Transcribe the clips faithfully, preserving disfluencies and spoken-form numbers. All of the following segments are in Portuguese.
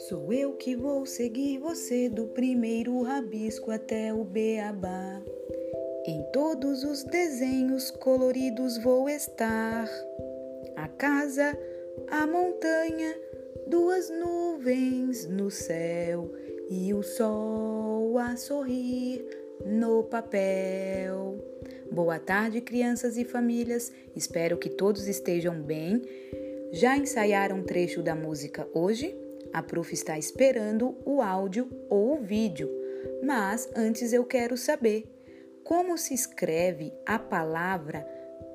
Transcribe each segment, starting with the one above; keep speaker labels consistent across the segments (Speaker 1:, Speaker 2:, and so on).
Speaker 1: Sou eu que vou seguir você do primeiro rabisco até o beabá. Em todos os desenhos coloridos vou estar. A casa, a montanha, duas nuvens no céu e o sol a sorrir no papel. Boa tarde, crianças e famílias. Espero que todos estejam bem. Já ensaiaram um trecho da música hoje? A prof está esperando o áudio ou o vídeo. Mas antes eu quero saber como se escreve a palavra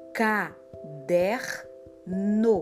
Speaker 1: caderno.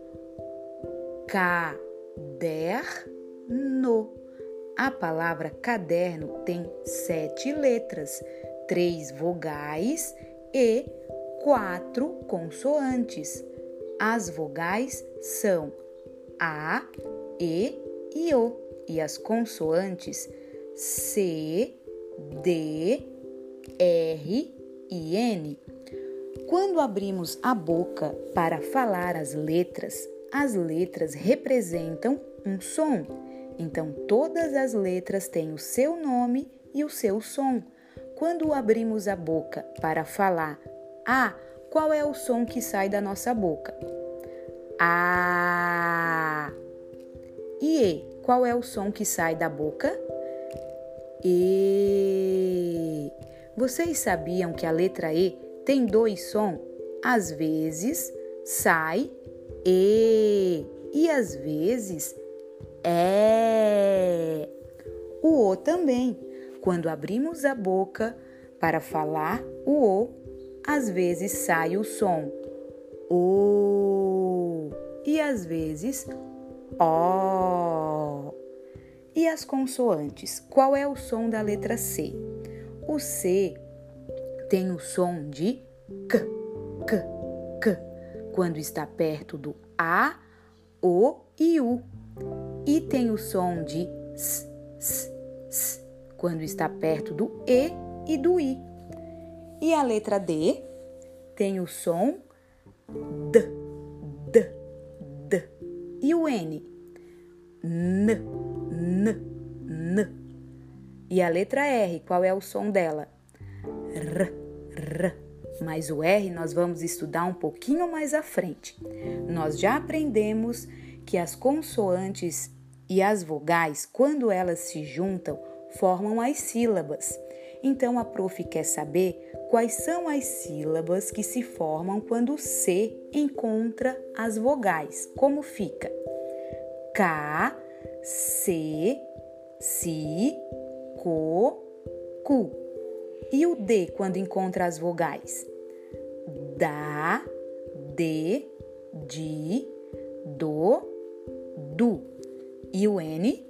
Speaker 1: Caderno. A palavra caderno tem sete letras, três vogais e quatro consoantes. As vogais são A, E e O, e as consoantes C, D, R e N. Quando abrimos a boca para falar as letras, as letras representam um som. Então, todas as letras têm o seu nome e o seu som. Quando abrimos a boca para falar A, qual é o som que sai da nossa boca? A. E E, qual é o som que sai da boca? E. Vocês sabiam que a letra E tem dois sons? Às vezes sai E e às vezes É. O O também. Quando abrimos a boca para falar o O, às vezes sai o som O e às vezes O. E as consoantes? Qual é o som da letra C? O C tem o som de K, K, K, quando está perto do A, O e U. E tem o som de S, S, S, quando está perto do E e do I. E a letra D tem o som D, D, D. E o N? N, N, N. E a letra R, qual é o som dela? R, R. Mas o R nós vamos estudar um pouquinho mais à frente. Nós já aprendemos que as consoantes e as vogais, quando elas se juntam, formam as sílabas. Então, a prof quer saber quais são as sílabas que se formam quando o C encontra as vogais. Como fica? K, C, Si, Co, Cu. E o D quando encontra as vogais? Da, De, Di, Do, Du. E o N?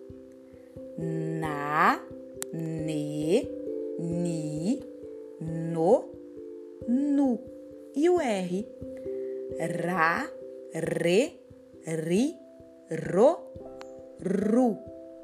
Speaker 1: Na, Ne, Ni, No, Nu. E o R? Ra, Re, Ri, Ro, Ru.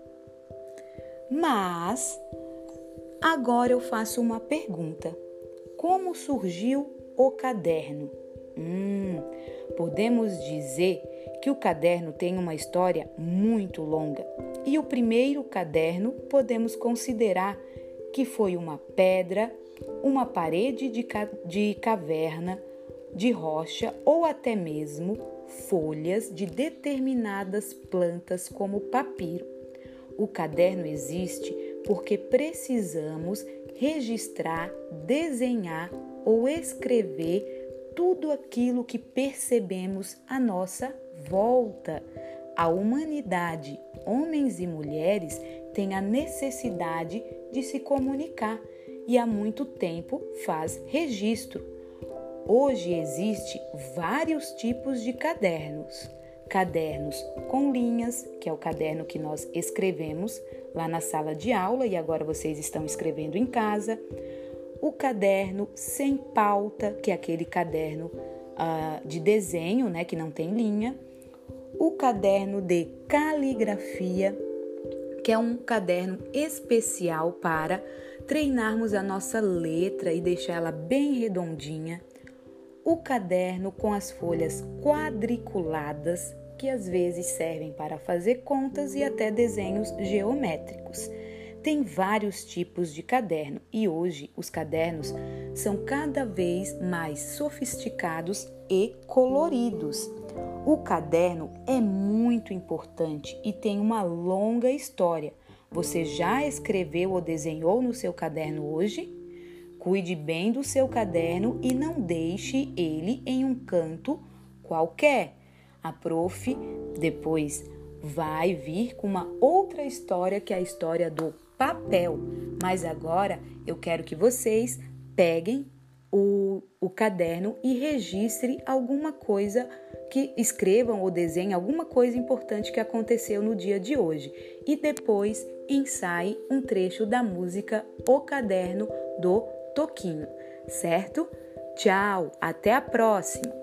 Speaker 1: Mas agora eu faço uma pergunta. Como surgiu o caderno? Hum, podemos dizer que o caderno tem uma história muito longa. E o primeiro caderno podemos considerar que foi uma pedra, uma parede de, ca- de caverna, de rocha ou até mesmo folhas de determinadas plantas como papiro. O caderno existe porque precisamos registrar, desenhar ou escrever tudo aquilo que percebemos à nossa volta. A humanidade, homens e mulheres, tem a necessidade de se comunicar e há muito tempo faz registro. Hoje existe vários tipos de cadernos. Cadernos com linhas, que é o caderno que nós escrevemos lá na sala de aula e agora vocês estão escrevendo em casa. O caderno sem pauta, que é aquele caderno uh, de desenho, né, que não tem linha. O caderno de caligrafia, que é um caderno especial para treinarmos a nossa letra e deixar ela bem redondinha. O caderno com as folhas quadriculadas, que às vezes servem para fazer contas e até desenhos geométricos. Tem vários tipos de caderno e hoje os cadernos são cada vez mais sofisticados e coloridos. O caderno é muito importante e tem uma longa história. Você já escreveu ou desenhou no seu caderno hoje? Cuide bem do seu caderno e não deixe ele em um canto qualquer. A prof depois vai vir com uma outra história, que é a história do papel. Mas agora eu quero que vocês peguem o, o caderno e registrem alguma coisa, que escrevam ou desenhem alguma coisa importante que aconteceu no dia de hoje. E depois ensaie um trecho da música O Caderno do Toquinho, certo? Tchau, até a próxima!